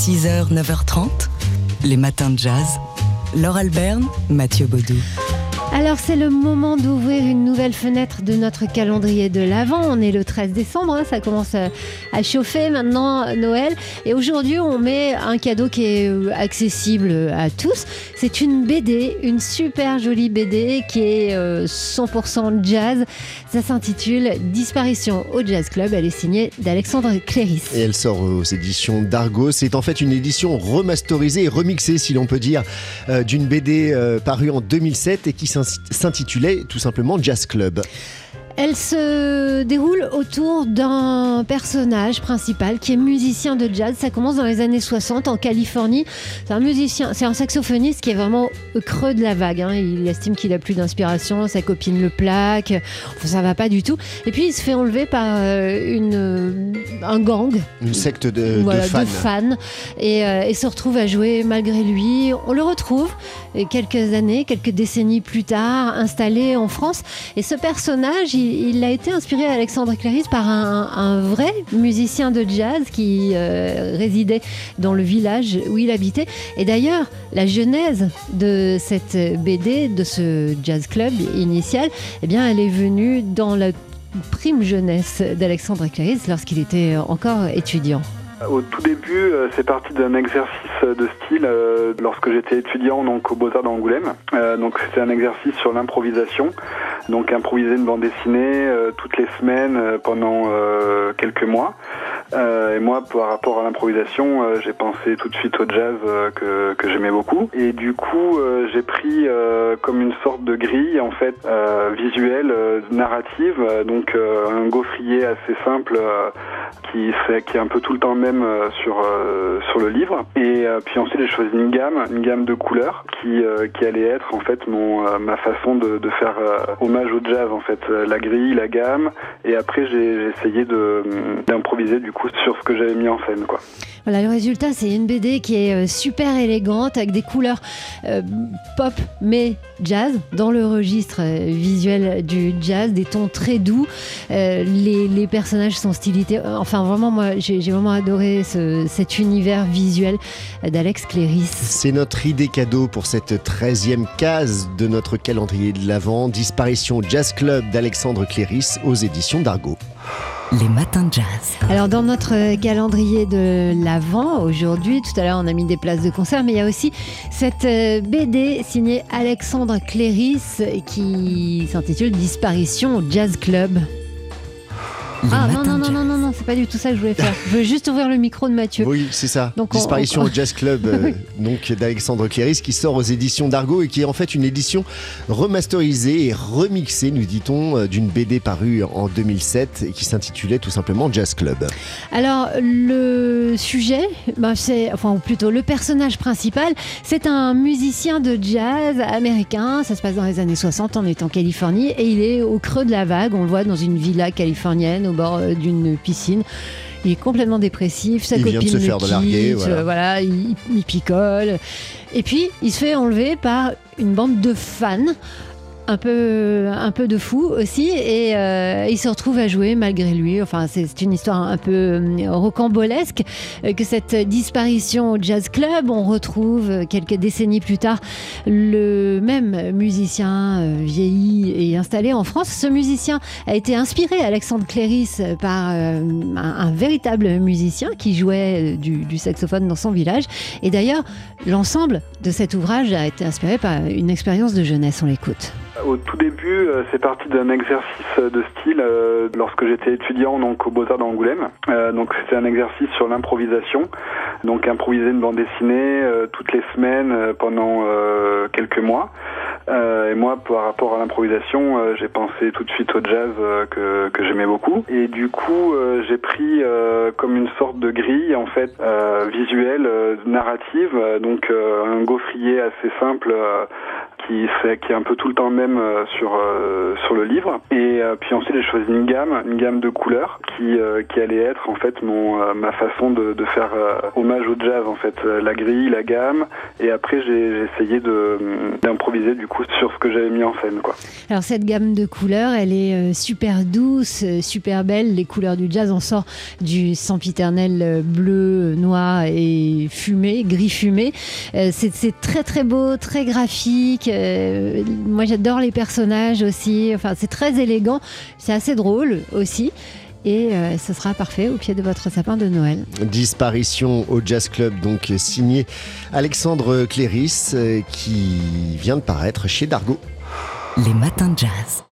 6h, 9h30, les matins de jazz. Laure Alberne, Mathieu Baudou. Alors c'est le moment d'ouvrir une nouvelle fenêtre de notre calendrier de l'Avent. On est le 13 décembre, ça commence à chauffer maintenant, Noël. Et aujourd'hui on met un cadeau qui est accessible à tous. C'est une BD, une super jolie BD qui est 100% jazz. Ça s'intitule Disparition au Jazz Club. Elle est signée d'Alexandre Cléris. Et elle sort aux éditions d'Argo. C'est en fait une édition remasterisée et remixée, si l'on peut dire, d'une BD parue en 2007 et qui s'intitulait tout simplement Jazz Club. Elle se déroule autour d'un personnage principal qui est musicien de jazz. Ça commence dans les années 60 en Californie. C'est un musicien, c'est un saxophoniste qui est vraiment au creux de la vague. Il estime qu'il a plus d'inspiration, sa copine le plaque. Enfin, ça va pas du tout. Et puis il se fait enlever par un gang. Une secte de fans. Et se retrouve à jouer malgré lui. On le retrouve quelques décennies plus tard, installé en France. Et ce personnage, il a été inspiré, Alexandre Cléris, par un vrai musicien de jazz qui résidait dans le village où il habitait. Et d'ailleurs, la genèse de cette BD, de ce jazz club initial, eh bien, elle est venue dans la prime jeunesse d'Alexandre Cléris lorsqu'il était encore étudiant. Au tout début, c'est parti d'un exercice de style lorsque j'étais étudiant donc, au Beaux-Arts d'Angoulême. Donc c'était un exercice sur l'improvisation. Donc improviser une bande dessinée toutes les semaines pendant quelques mois. Et moi, par rapport à l'improvisation, j'ai pensé tout de suite au jazz que j'aimais beaucoup. Et du coup, j'ai pris comme une sorte de grille en fait visuelle, narrative. Donc un gaufrier assez simple qui est un peu tout le temps même sur le livre. Et puis ensuite, j'ai choisi une gamme de couleurs qui allait être en fait ma façon de faire hommage au jazz en fait, la grille, la gamme. Et après, j'ai essayé d'improviser du coup sur ce que j'avais mis en scène, quoi. Voilà, le résultat, c'est une BD qui est super élégante avec des couleurs pop mais jazz dans le registre visuel du jazz, des tons très doux. Les personnages sont stylisés. Enfin, vraiment, moi, j'ai vraiment adoré cet univers visuel d'Alex Cléris. C'est notre idée cadeau pour cette 13e case de notre calendrier de l'Avent. Disparition Jazz Club d'Alexandre Cléris aux éditions d'Argo. Les matins de jazz. Alors dans notre calendrier de l'Avent, aujourd'hui, tout à l'heure on a mis des places de concert, mais il y a aussi cette BD signée Alexandre Cléris qui s'intitule Disparition au Jazz Club. Non, c'est pas du tout ça que je voulais faire. Je veux juste ouvrir le micro de Mathieu. Oui, c'est ça. Donc Disparition au Jazz Club donc d'Alexandre Cléris qui sort aux éditions d'Argo et qui est en fait une édition remasterisée et remixée, nous dit-on, d'une BD parue en 2007 et qui s'intitulait tout simplement Jazz Club. Alors le sujet, ou plutôt le personnage principal, c'est un musicien de jazz américain. Ça se passe dans les années 60, on est en Californie et il est au creux de la vague. On le voit dans une villa californienne au bord d'une piscine. Il est complètement dépressif, sa copine vient de se faire larguer, voilà, il picole. Et puis, il se fait enlever par une bande de fans, un peu de fous aussi, et il se retrouve à jouer malgré lui. Enfin, c'est une histoire un peu rocambolesque que cette disparition au Jazz Club. On retrouve quelques décennies plus tard le même musicien vieilli et installé en France. Ce musicien a été inspiré, Alexandre Cléris, par un véritable musicien qui jouait du saxophone dans son village. Et d'ailleurs, l'ensemble de cet ouvrage a été inspiré par une expérience de jeunesse. On l'écoute. Au tout début, c'est parti d'un exercice de style lorsque j'étais étudiant donc au Beaux-Arts d'Angoulême. Donc c'était un exercice sur l'improvisation. Donc improviser une bande dessinée toutes les semaines pendant quelques mois. Et moi, par rapport à l'improvisation, j'ai pensé tout de suite au jazz que j'aimais beaucoup. Et du coup, j'ai pris comme une sorte de grille en fait visuelle, narrative. Donc un gaufrier assez simple qui est un peu tout le temps le même sur le livre. Et puis ensuite j'ai choisi une gamme de couleurs qui allait être en fait ma façon de faire hommage au jazz en fait, la grille, la gamme, et après j'ai essayé d'improviser du coup sur ce que j'avais mis en scène, quoi. Alors cette gamme de couleurs, elle est super douce, super belle. Les couleurs du jazz, on sort du sempiternel bleu, noir et fumé, gris fumé. C'est très très beau, très graphique. Moi j'adore les personnages aussi. Enfin c'est très élégant, c'est assez drôle aussi. Et ce sera parfait au pied de votre sapin de Noël. Disparition au Jazz Club, donc signé Alexandre Cléris, qui vient de paraître chez Dargaud. Les matins de jazz.